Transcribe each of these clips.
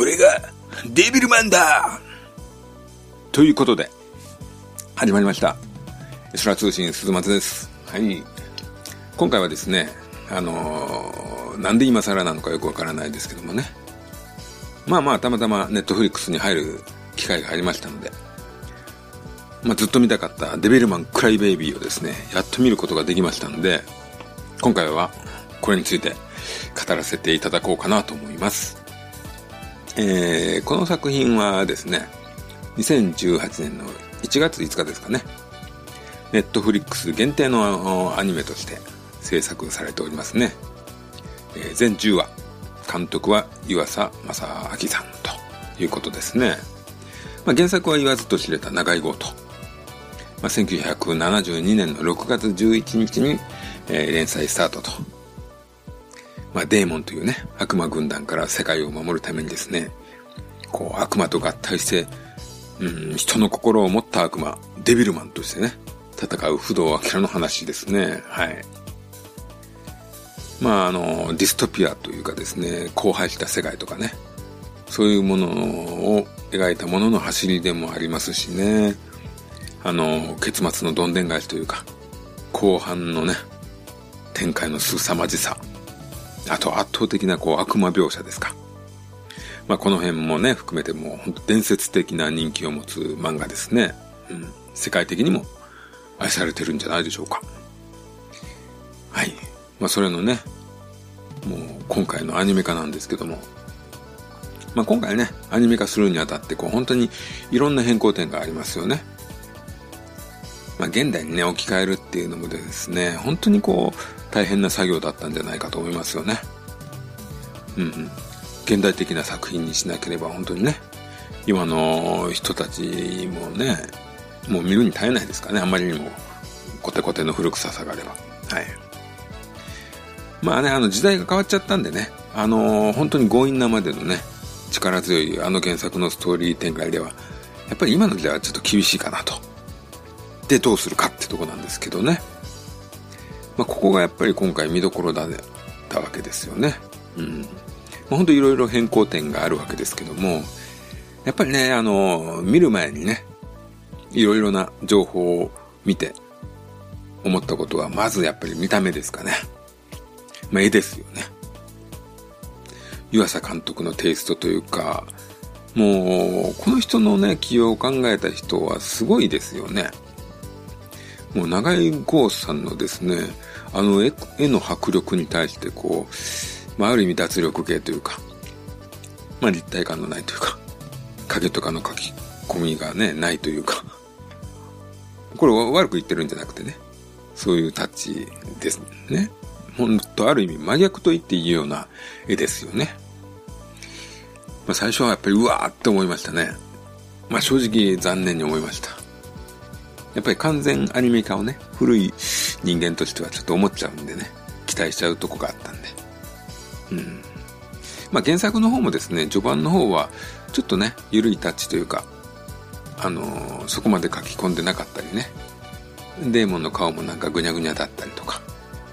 俺がデビルマンだということで始まりました空通信鈴松です。はい、今回はですねなんで今更なのかよくわからないですけどもね、たまたまネットフリックスに入る機会がありましたので、ずっと見たかったデビルマンクライベイビーをですねやっと見ることができましたので、今回はこれについて語らせていただこうかなと思います。この作品はですね2018年の1月5日ですかね、ネットフリックス限定のアニメとして制作されておりますね。全10話、監督は湯浅正明さんということですね。原作は言わずと知れた長井豪と、1972年の6月11日に、連載スタートと、デーモンというね悪魔軍団から世界を守るためにですね、こう悪魔と合体して、人の心を持った悪魔デビルマンとしてね戦う不動明の話ですね。はい。ディストピアというかですね、荒廃した世界とかね、そういうものを描いたものの走りでもありますしね、結末のどんでん返しというか後半のね展開の凄まじさ、あと圧倒的な悪魔描写ですか。この辺もね含めてもう本当伝説的な人気を持つ漫画ですね。世界的にも愛されてるんじゃないでしょうか。はい。それのね、もう今回のアニメ化なんですけども、今回ねアニメ化するにあたって本当にいろんな変更点がありますよね。現代にね置き換えるっていうのもですね、本当に大変な作業だったんじゃないかと思いますよね。現代的な作品にしなければ本当にね今の人たちもねもう見るに耐えないですかね。あんまりにもコテコテの古臭さがあれば。はい。時代が変わっちゃったんでね、本当に強引なまでのね力強い原作のストーリー展開ではやっぱり今の時代はちょっと厳しいかなと。でどうするかってとこなんですけどね、ここがやっぱり今回見どころだったわけですよね。本当いろいろ変更点があるわけですけども、やっぱりね見る前にねいろいろな情報を見て思ったことは、まずやっぱり見た目ですかね。絵ですよね。湯浅監督のテイストというか、もうこの人のね起用を考えた人はすごいですよね。もう長井豪さんのですね絵の迫力に対してある意味脱力系というか、立体感のないというか、影とかの描き込みがねないというか、これ悪く言ってるんじゃなくてね、そういうタッチですね。本当ある意味真逆と言っていいような絵ですよね。最初はやっぱりうわーって思いましたね。正直残念に思いました。やっぱり完全アニメ化をね古い人間としてはちょっと思っちゃうんでね、期待しちゃうとこがあったんで、原作の方もですね序盤の方はちょっとね緩いタッチというか、そこまで書き込んでなかったりね、デーモンの顔もなんかぐにゃぐにゃだったりとか、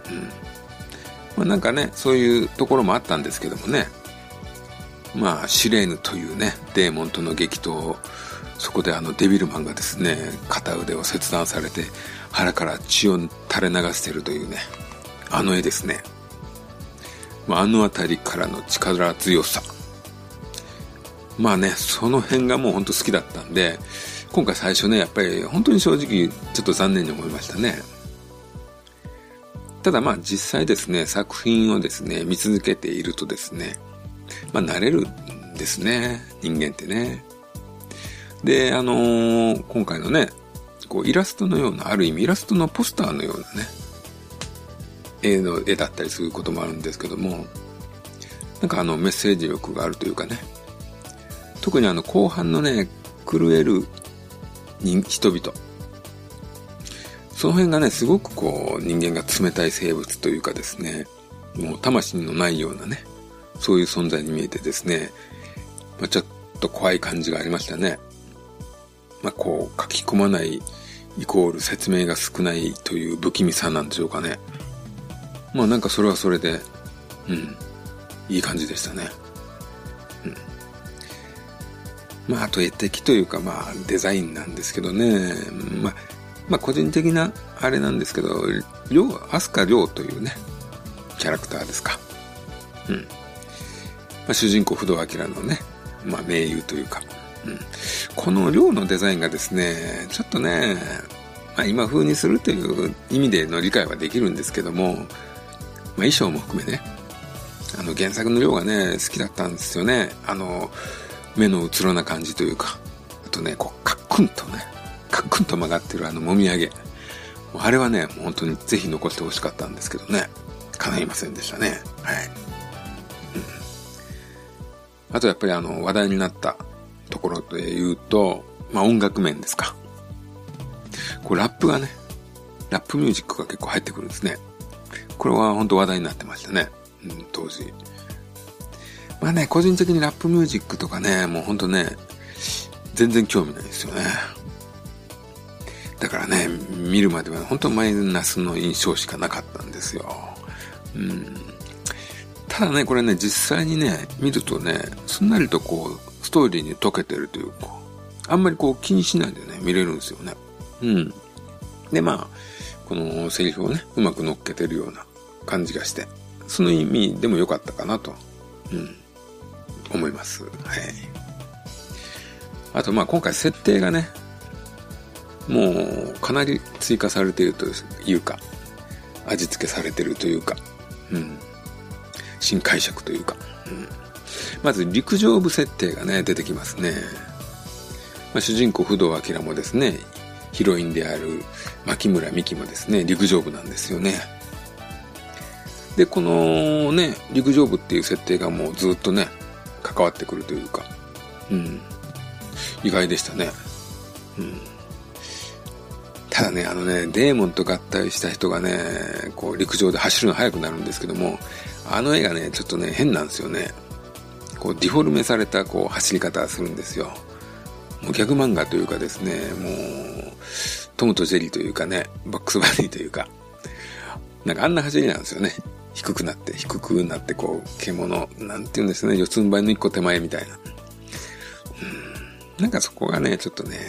なんかねそういうところもあったんですけどもね、シレーヌというねデーモンとの激闘、そこでデビルマンがですね片腕を切断されて腹から血を垂れ流しているというね絵ですね。あのあたりからの力強さ、その辺がもう本当好きだったんで、今回最初ねやっぱり本当に正直ちょっと残念に思いましたね。ただ実際ですね作品をですね見続けているとですね慣れるんですね、人間ってね。で今回のねイラストのような、ある意味イラストのポスターのようなね絵だったりすることもあるんですけども、なんかメッセージ力があるというかね、特に後半のね狂える人々、その辺がねすごく人間が冷たい生物というかですね、もう魂のないようなねそういう存在に見えてですね、ちょっと怖い感じがありましたね。書き込まないイコール説明が少ないという不気味さなんでしょうかね。なんかそれはそれでいい感じでしたね。 あと絵的というか、デザインなんですけどね。個人的なあれなんですけど、飛鳥涼というね、キャラクターですか。主人公不動明のね、盟友というか、この涼のデザインがですね、ちょっとね、今風にするという意味での理解はできるんですけども、衣装も含めね、原作の涼がね、好きだったんですよね。目のうつろな感じというか、あとね、カックンと曲がってるもみあげ。あれはね、もう本当にぜひ残してほしかったんですけどね、叶いませんでしたね。はい。あとやっぱり話題になったところで言うと、音楽面ですか。ラップがね、ラップミュージックが結構入ってくるんですね。これは本当話題になってましたね。当時。個人的にラップミュージックとかね、もう本当ね、全然興味ないですよね。だからね、見るまでは本当マイナスの印象しかなかったんですよ。ただね、これね、実際にね、見るとね、すんなりとストーリーに溶けてるというか、あんまり気にしないでね、見れるんですよね。で、このセリフをね、うまく乗っけてるような感じがして、その意味でも良かったかなと、思います。はい。あと、今回設定がね、もうかなり追加されているというか、味付けされているというか、新解釈というか、まず陸上部設定がね、出てきますね。主人公不動明もですね、ヒロインである牧村美樹もですね、陸上部なんですよね。で、このね、陸上部っていう設定がもうずっとね、関わってくるというか、意外でしたね。ただね、デーモンと合体した人がね、陸上で走るの速くなるんですけども、絵がね、ちょっとね、変なんですよね。ディフォルメされた走り方するんですよ。もうギャグ漫画というかですね、もう、トムとジェリーというかね、バックスバディというか、あんな走りなんですよね。低くなって、獣、なんていうんですね、四つん這いの一個手前みたいな。そこがね、ちょっとね、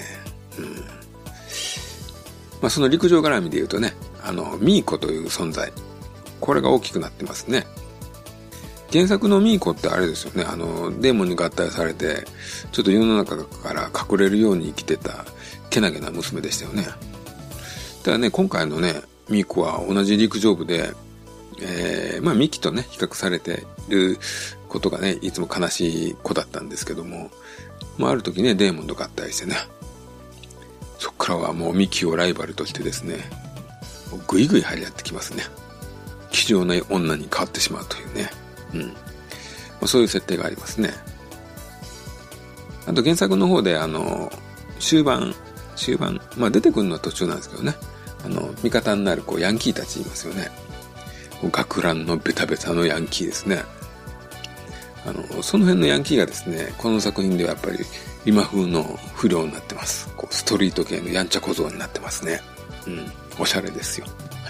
その陸上絡みで言うとね、ミーコという存在。これが大きくなってますね。原作のミーコってあれですよね、デーモンに合体されて、ちょっと世の中から隠れるように生きてた、けなげな娘でしたよね。ただね、今回のね、ミーコは同じ陸上部で、ミキとね、比較されてることがね、いつも悲しい子だったんですけども、ある時ね、デーモンと合体してね、そっからはもうミキをライバルとしてですね、ぐいぐい張り合ってきますね。気丈な女に変わってしまうというね。そういう設定がありますね。あと原作の方で終盤、出てくるのは途中なんですけどね、味方になるヤンキーたちいますよね。学ランのベタベタのヤンキーですね。その辺のヤンキーがですね、この作品ではやっぱり今風の不良になってます。ストリート系のやんちゃ小僧になってますね。おしゃれですよ。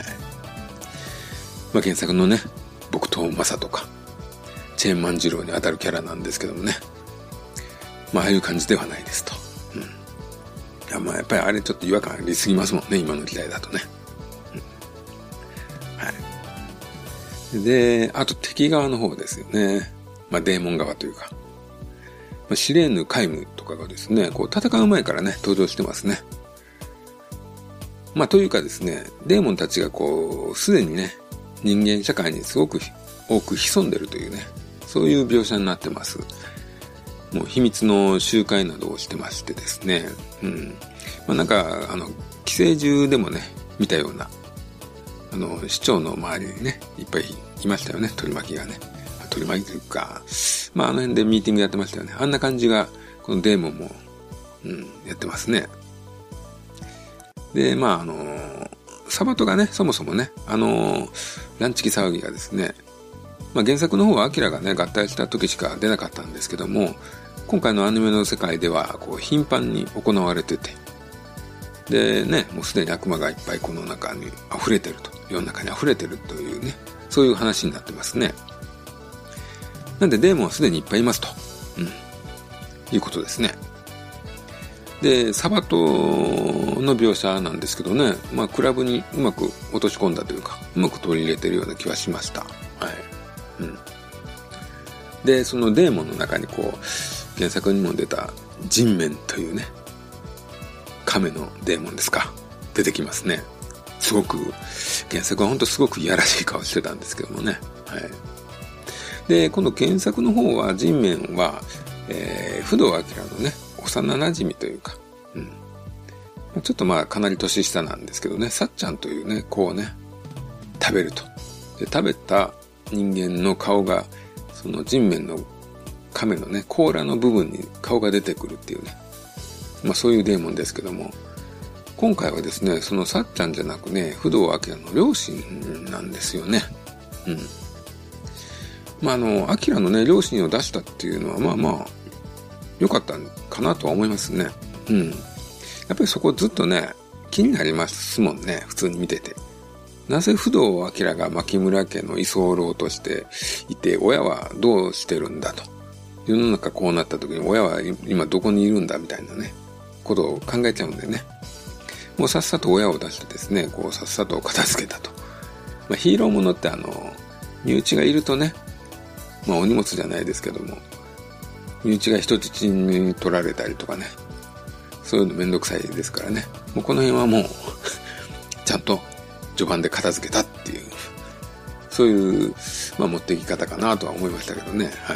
はい。原作のね、僕とマサとか、チェーン万次郎に当たるキャラなんですけどもね。ああいう感じではないですと。やっぱりあれちょっと違和感ありすぎますもんね、今の時代だとね。はい。で、あと敵側の方ですよね。デーモン側というか。シレーヌ・カイムとかがですね、戦う前からね、登場してますね。というかですね、デーモンたちがすでにね、人間社会にすごく多く潜んでるというね、そういう描写になってます。もう秘密の集会などをしてましてですね、寄生獣でもね、見たような、市長の周りにね、いっぱいいましたよね、取り巻きがね。取り巻きというか、あの辺でミーティングやってましたよね。あんな感じが、このデーモンも、やってますね。で、サバトがね、そもそもね、ランチキ騒ぎがですね、原作の方はアキラがね、合体した時しか出なかったんですけども、今回のアニメの世界では、頻繁に行われてて、でね、もうすでに悪魔がいっぱいこの中に溢れてると、世の中に溢れてるというね、そういう話になってますね。なんでデーモンはすでにいっぱいいますと、いうことですね。 で、サバトの描写なんですけどね、クラブにうまく落とし込んだというか、うまく取り入れてるような気はしました。はい。で、そのデーモンの中に原作にも出た人面というね、亀のデーモンですか、出てきますね。すごく、原作は本当すごくいやらしい顔してたんですけどもね。はい。で、この原作の方は人面は、不動明のね、幼馴染というか、ちょっとかなり年下なんですけどね、さっちゃんというね、子をね、食べると。で、食べた人間の顔が、その人面の亀のね、甲羅の部分に顔が出てくるっていうね、そういうデーモンですけども、今回はですね、そのさっちゃんじゃなくね、不動明の両親なんですよね。明のね、両親を出したっていうのは、良かったかなとは思いますね。やっぱりそこずっとね、気になりますもんね、普通に見てて。なぜ不動明が牧村家の居候としていて、親はどうしてるんだと。世の中こうなった時に親は今どこにいるんだみたいなね、ことを考えちゃうんでね。もうさっさと親を出してですね、さっさと片付けたと。ヒーローものって身内がいるとね、お荷物じゃないですけども、身内が人質に取られたりとかね、そういうのめんどくさいですからね。もうこの辺はもう、ちゃんと序盤で片付けたっていう、そういう、持っていき方かなとは思いましたけどね。はい。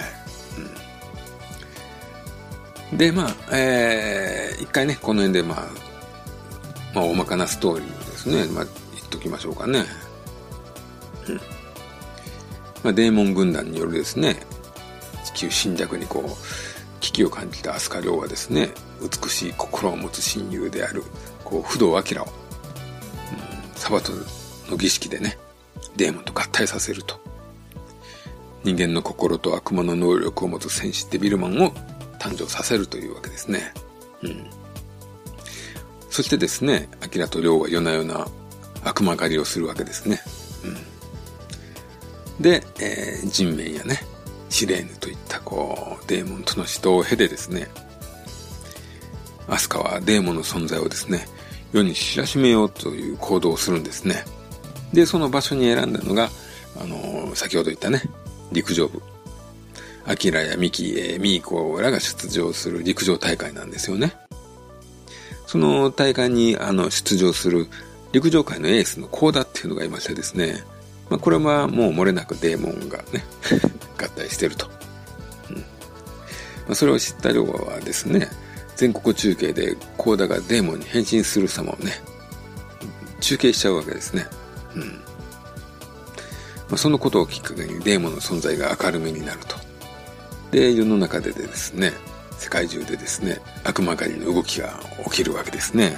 で、一回ね、この辺で大まかなストーリーですね。言っときましょうかね。デーモン軍団によるですね、地球侵略に危機を感じた飛鳥涼はですね、美しい心を持つ親友である不動明を、サバトの儀式でね、デーモンと合体させると。人間の心と悪魔の能力を持つ戦士デビルマンを誕生させるというわけですね。そしてですね、明と涼は夜な夜な悪魔狩りをするわけですね。で、人面やね、シレーヌといったデーモンとの死闘を経てですね、アスカはデーモンの存在をですね、世に知らしめようという行動をするんですね。で、その場所に選んだのが、先ほど言ったね、陸上部。アキラやミキ、ミーコらが出場する陸上大会なんですよね。その大会に出場する陸上界のエースのコーダっていうのがいましてですね、これはもう漏れなくデーモンがね合体してると、それを知った涼はですね、全国中継でコーダがデーモンに変身する様をね中継しちゃうわけですね。そのことをきっかけにデーモンの存在が明るめになると。で、世の中でですね、世界中でですね、悪魔狩りの動きが起きるわけですね。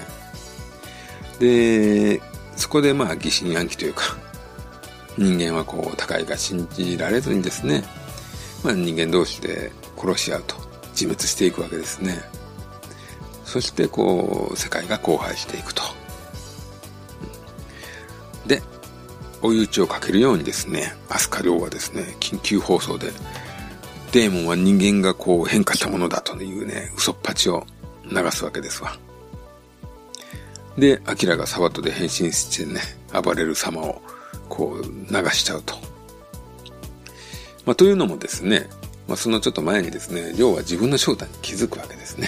で、そこで疑心暗鬼というか、人間は互いが信じられずにですね、人間同士で殺し合うと、自滅していくわけですね。そして世界が荒廃していくと。で、追い打ちをかけるようにですね、飛鳥涼はですね、緊急放送で、デーモンは人間が変化したものだというね、嘘っぱちを流すわけですわ。で、アキラがサバトで変身してね、暴れる様を流しちゃうと。というのもですね、そのちょっと前にですね、涼は自分の正体に気づくわけですね。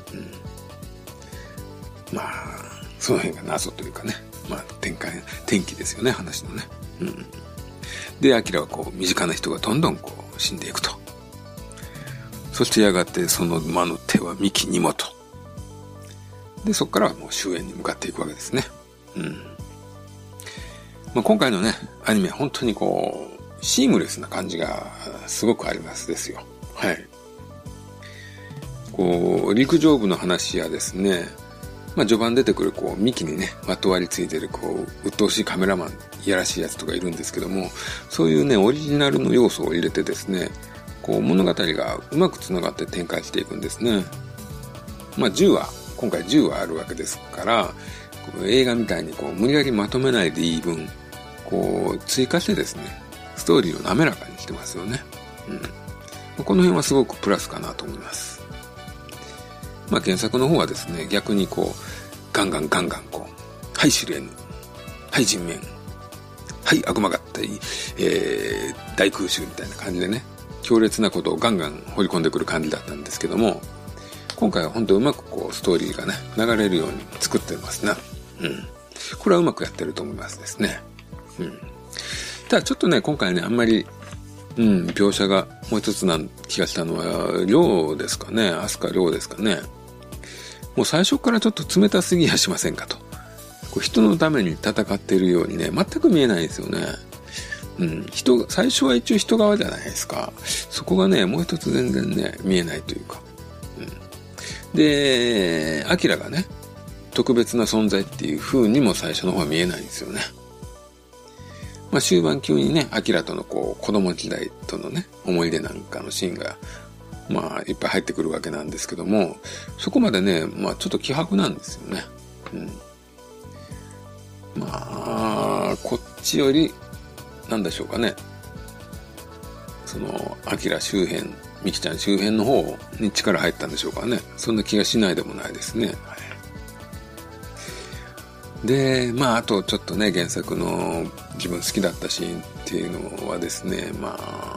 その辺が謎というかね、転機ですよね、話のね。で、アキラは身近な人がどんどん死んでいくと。そしてやがてその魔の手は幹にもと。で、そこからはもう終焉に向かっていくわけですね。今回のね、アニメは本当にシームレスな感じがすごくありますですよ。はい。陸上部の話やですね、序盤出てくる幹にね、まとわりついてる鬱陶しいカメラマン、いやらしいやつとかいるんですけども、そういうね、オリジナルの要素を入れてですね、物語がうまくつながって展開していくんですね。今回10話あるわけですから、映画みたいに無理やりまとめないでいい分、追加してですね、ストーリーを滑らかにしてますよね。この辺はすごくプラスかなと思います。 まあ原作の方はですね、逆にこう、ガンガンこう、はいシルエヌ、はい人面、はい悪魔合体、大空襲みたいな感じでね、強烈なことをガンガン掘り込んでくる感じだったんですけども、今回は本当うまくこうストーリーがね流れるように作ってますね。これはうまくやってると思いますですね。ただちょっとね今回ねあんまり描写がもう一つな気がしたのは亮ですかね、飛鳥亮ですかね。もう最初からちょっと冷たすぎやしませんかと。こう人のために戦っているようにね全く見えないんですよね。最初は一応人側じゃないですか。そこがねもう一つ全然ね見えないというか。で、アキラがね、特別な存在っていう風にも最初の方は見えないんですよね。まあ終盤急にね、アキラとのこう子供時代とのね、思い出なんかのシーンが、まあいっぱい入ってくるわけなんですけども、そこまでね、まあちょっと希薄なんですよね。まあ、こっちより、なんでしょうかね。その、アキラ周辺、ミキちゃん周辺の方に力入ったんでしょうかね。そんな気がしないでもないですね。で、まああとちょっとね原作の自分好きだったシーンっていうのはですね、ま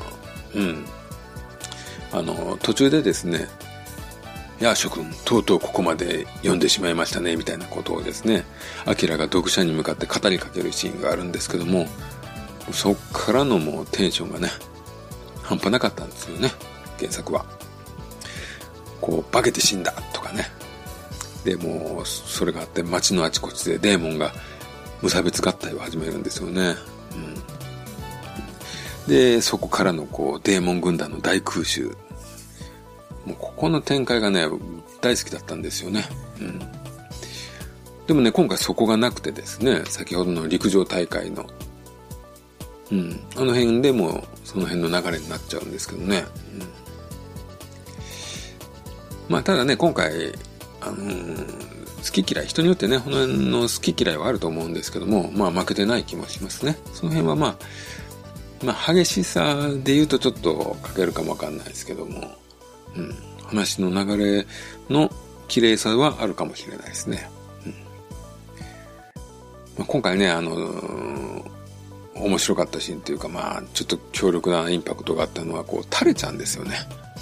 あ途中でですね、いや諸君とうとうここまで読んでしまいましたねみたいなことをですね、アキラが読者に向かって語りかけるシーンがあるんですけども、そっからのもうテンションがね半端なかったんですよね。原作はこう化けて死んだとかね、でもうそれがあって街のあちこちでデーモンが無差別合体を始めるんですよね。でそこからのこうデーモン軍団の大空襲、もうここの展開がね大好きだったんですよね。でもね今回そこがなくてですね、先ほどの陸上大会のあの辺でもその辺の流れになっちゃうんですけどね。まあただね今回好き嫌い、人によってねこの辺の好き嫌いはあると思うんですけども、まあ負けてない気もしますね。その辺はまあ激しさで言うとちょっと欠けるかもわかんないですけども、話の流れの綺麗さはあるかもしれないですね。まあ、今回ね面白かったシーンというか、まあちょっと強力なインパクトがあったのはこうタレちゃんですよね。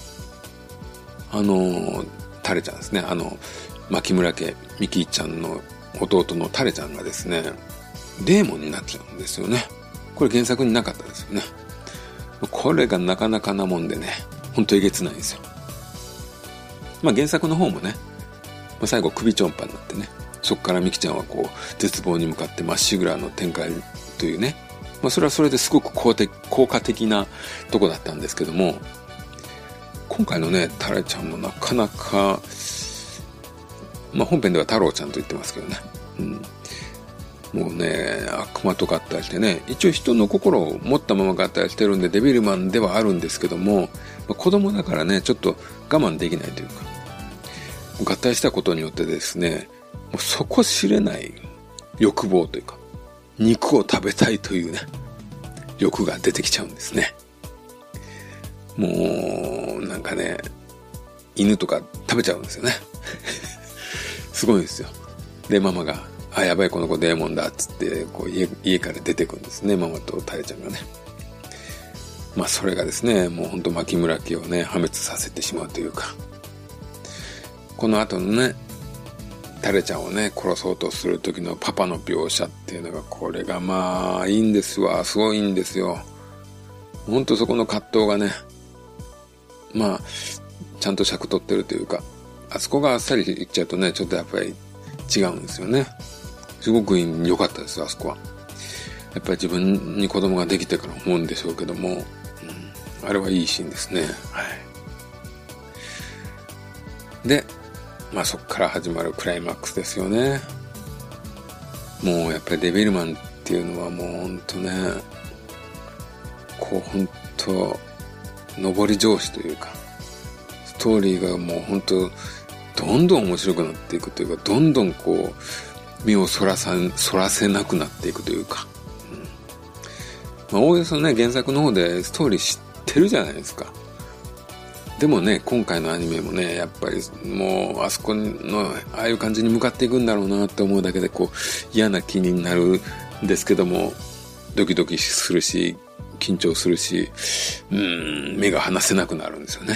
タレちゃんですね。牧村家ミキちゃんの弟のタレちゃんがですねデーモンになっちゃうんですよね。これ原作になかったですよね。これがなかなかなもんでね、ほんとえげつないんですよ。まあ原作の方もね、最後首ちょんぱになってね、そこからミキちゃんはこう絶望に向かってまっしぐらの展開というね、まあそれはそれですごく効果的なとこだったんですけども、今回のねタレちゃんもなかなか、まあ本編では太郎ちゃんと言ってますけどね、もうね悪魔と合体してね、一応人の心を持ったまま合体してるんでデビルマンではあるんですけども、子供だからねちょっと我慢できないというか、合体したことによってですね、もう底知れない欲望というか、肉を食べたいというね欲が出てきちゃうんですね。もうなんかね犬とか食べちゃうんですよねすごいんですよ。でママがやばいこの子デーモンだっつってこう家から出てくんですね、ママとタレちゃんがね。まあそれがですねもうほんと牧村家をね破滅させてしまうというか、この後のねタレちゃんをね殺そうとする時のパパの描写っていうのが、これがまあいいんですわ、すごいんですよ。ほんとそこの葛藤がね、まあちゃんと尺取ってるというか、あそこがあっさりいっちゃうとねちょっとやっぱり違うんですよね。すごく良かったですよ、あそこは。やっぱり自分に子供ができてから思うんでしょうけども、あれはいいシーンですね。でまあそっから始まるクライマックスですよね。もうやっぱりデビルマンっていうのはもうほんとね、こうほんと上り調子というか、ストーリーがもうほんとどんどん面白くなっていくというか、どんどんこう目をそらせなくなっていくというか、まあおおよそね原作の方でストーリー知ってるじゃないですか。 でもね、今回のアニメもね、やっぱりもうあそこのああいう感じに向かっていくんだろうなって思うだけでこう嫌な気になるんですけども、ドキドキするし緊張するし、目が離せなくなるんですよね。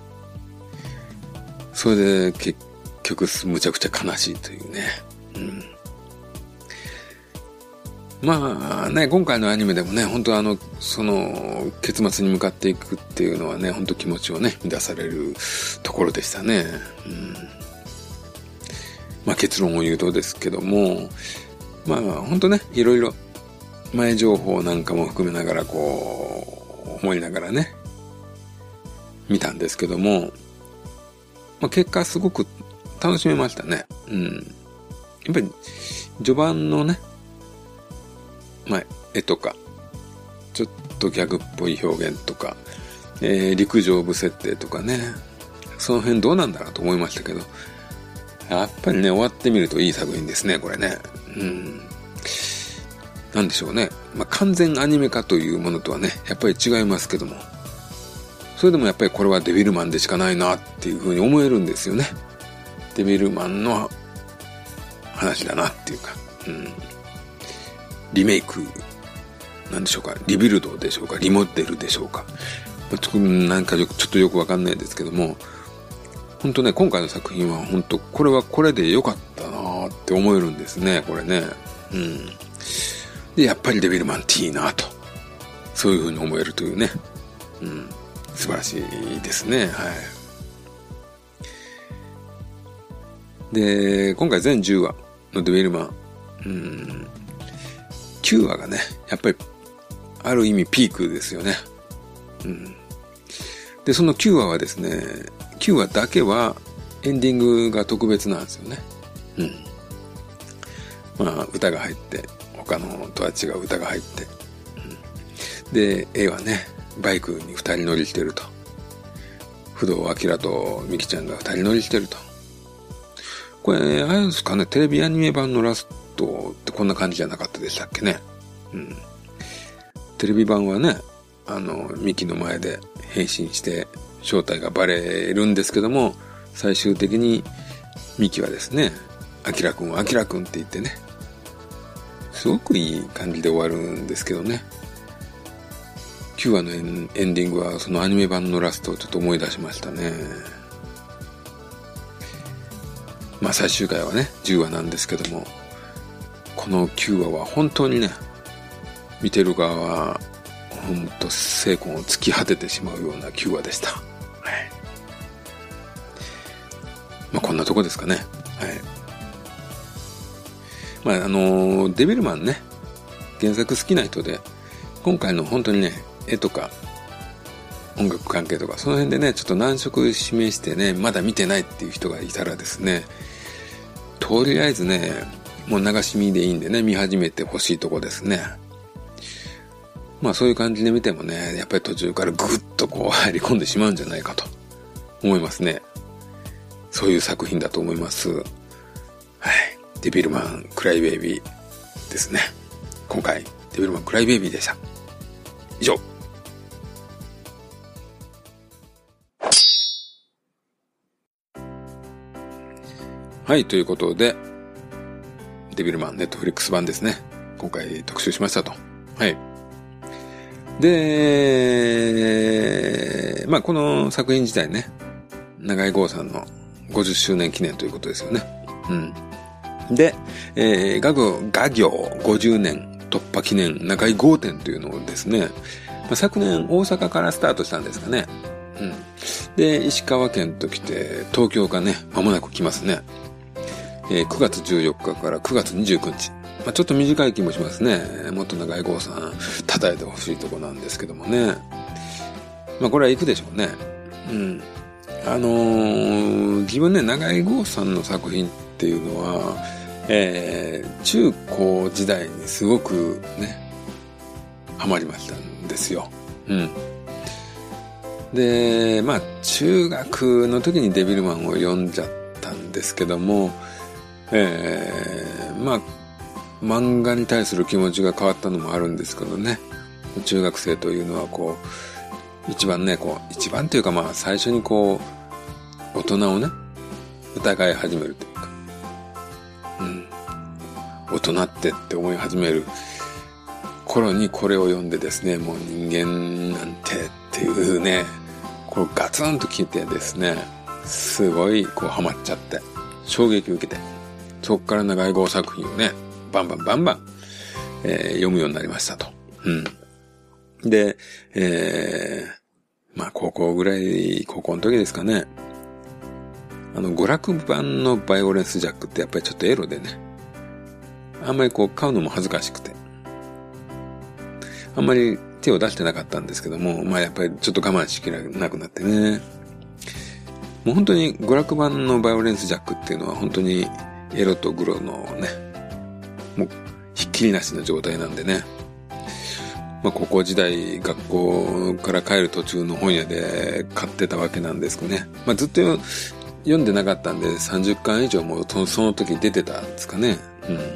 それで結局むちゃくちゃ悲しいというね。まあね、今回のアニメでもね、本当その結末に向かっていくっていうのはね、本当気持ちをね乱されるところでしたね。まあ結論を言うとですけども、まあ本当ね、いろいろ前情報なんかも含めながらこう思いながらね見たんですけども、まあ、結果すごく楽しめましたね。やっぱり序盤のね、まあ絵とかちょっとギャグっぽい表現とか、陸上部設定とかね、その辺どうなんだろうと思いましたけど、やっぱりね終わってみるといい作品ですね、これね。なんでしょうね。まあ、完全アニメ化というものとはね、やっぱり違いますけども、それでもやっぱりこれはデビルマンでしかないなっていうふうに思えるんですよね。デビルマンの話だなっていうか、リメイクなんでしょうか、リビルドでしょうか、リモデルでしょうか、なんかちょっとよくわかんないですけども、本当ね、今回の作品は本当これはこれで良かったなって思えるんですね、これね。でやっぱりデビルマンっていいなと、そういう風に思えるというね、素晴らしいですね。で今回全10話のデビルマン、9話がねやっぱりある意味ピークですよね。でその9話はですね、9話だけはエンディングが特別なんですよね。まあ歌が入って、他のとは違う歌が入って、で絵はねバイクに2人乗りしてると、不動明と美希ちゃんが2人乗りしてると。これあれですかね、テレビアニメ版のラストってこんな感じじゃなかったでしたっけね。テレビ版はね、ミキの前で変身して正体がバレるんですけども、最終的にミキはですね、アキラくんって言ってね、すごくいい感じで終わるんですけどね。9話のエンディングはそのアニメ版のラストをちょっと思い出しましたね。まあ最終回はね10話なんですけども、この9話は本当にね、見てる側は本当精魂を突き果ててしまうような9話でした。まあこんなとこですかね。まあデビルマンね、原作好きな人で今回の本当にね、絵とか音楽関係とかその辺でねちょっと難色示してね、まだ見てないっていう人がいたらですね、とりあえずねもう流し見でいいんでね、見始めてほしいとこですね。まあそういう感じで見てもね、やっぱり途中からグッとこう入り込んでしまうんじゃないかと思いますね。そういう作品だと思います。デビルマンクライベイビーですね。今回デビルマンクライベイビーでした。以上。はい、ということでデビルマンネットフリックス版ですね、今回特集しましたと。でまあこの作品自体ね、永井豪さんの50周年記念ということですよね。で、画業50年突破記念中井豪展というのをですね、昨年大阪からスタートしたんですかね。で石川県と来て東京がね間もなく来ますね。9月14日から9月29日。ちょっと短い気もしますね。もっと長井豪さん叩いてほしいとこなんですけどもね。これは行くでしょうね。自分ね、長井豪さんの作品っていうのは、中高時代にすごくねハマりましたんですよ。で中学の時にデビルマンを読んじゃったんですけども、漫画に対する気持ちが変わったのもあるんですけどね。中学生というのはこ一番ね、一番というか最初に大人をね、疑い始めるというか、大人って思い始める頃にこれを読んでですね、もう人間なんてっていうね、ガツンと聞いてですね、すごいハマっちゃって、衝撃を受けて、そこから長い号作品をね、バンバン、読むようになりましたと。で、高校の時ですかね、娯楽版のバイオレンスジャックってやっぱりちょっとエロでね、あんまり買うのも恥ずかしくて、あんまり手を出してなかったんですけども、やっぱりちょっと我慢しきれなくなってね、もう本当に娯楽版のバイオレンスジャックっていうのは本当にエロとグロのね、もうひっきりなしの状態なんでね、高校時代学校から帰る途中の本屋で買ってたわけなんですけどね、ずっと読んでなかったんで30巻以上もその時出てたんですかね。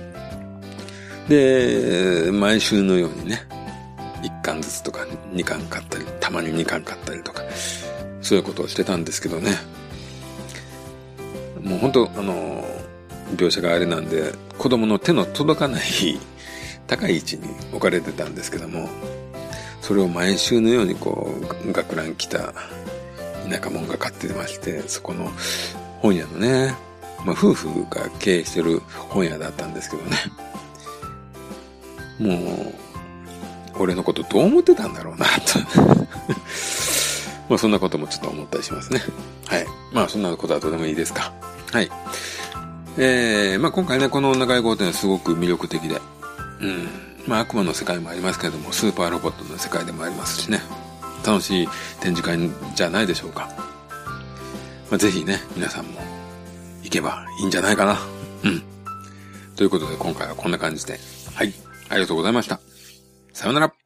で、毎週のようにね、1巻ずつとか2巻買ったり、たまに2巻買ったりとか、そういうことをしてたんですけどね。もう本当描写があれなんで、子供の手の届かない高い位置に置かれてたんですけども、それを毎週のように学ラン着た田舎者が買ってまして、そこの本屋のね、夫婦が経営してる本屋だったんですけどね、もう俺のことどう思ってたんだろうなとそんなこともちょっと思ったりしますね。はい。そんなことはどうでもいいですか。はい。今回ね、この長い号というのはすごく魅力的で、悪魔の世界もありますけれども、スーパーロボットの世界でもありますしね、楽しい展示会じゃないでしょうか。ぜひね、皆さんも行けばいいんじゃないかな。ということで今回はこんな感じで、はい、ありがとうございました。さようなら。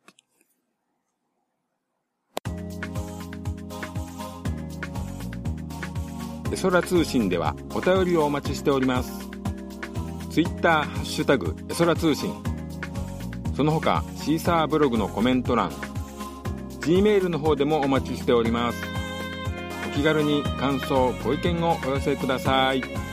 エソラ通信ではお便りをお待ちしております。ツイッターハッシュタグエソラ通信、その他シーサーブログのコメント欄、Gmail の方でもお待ちしております。お気軽に感想ご意見をお寄せください。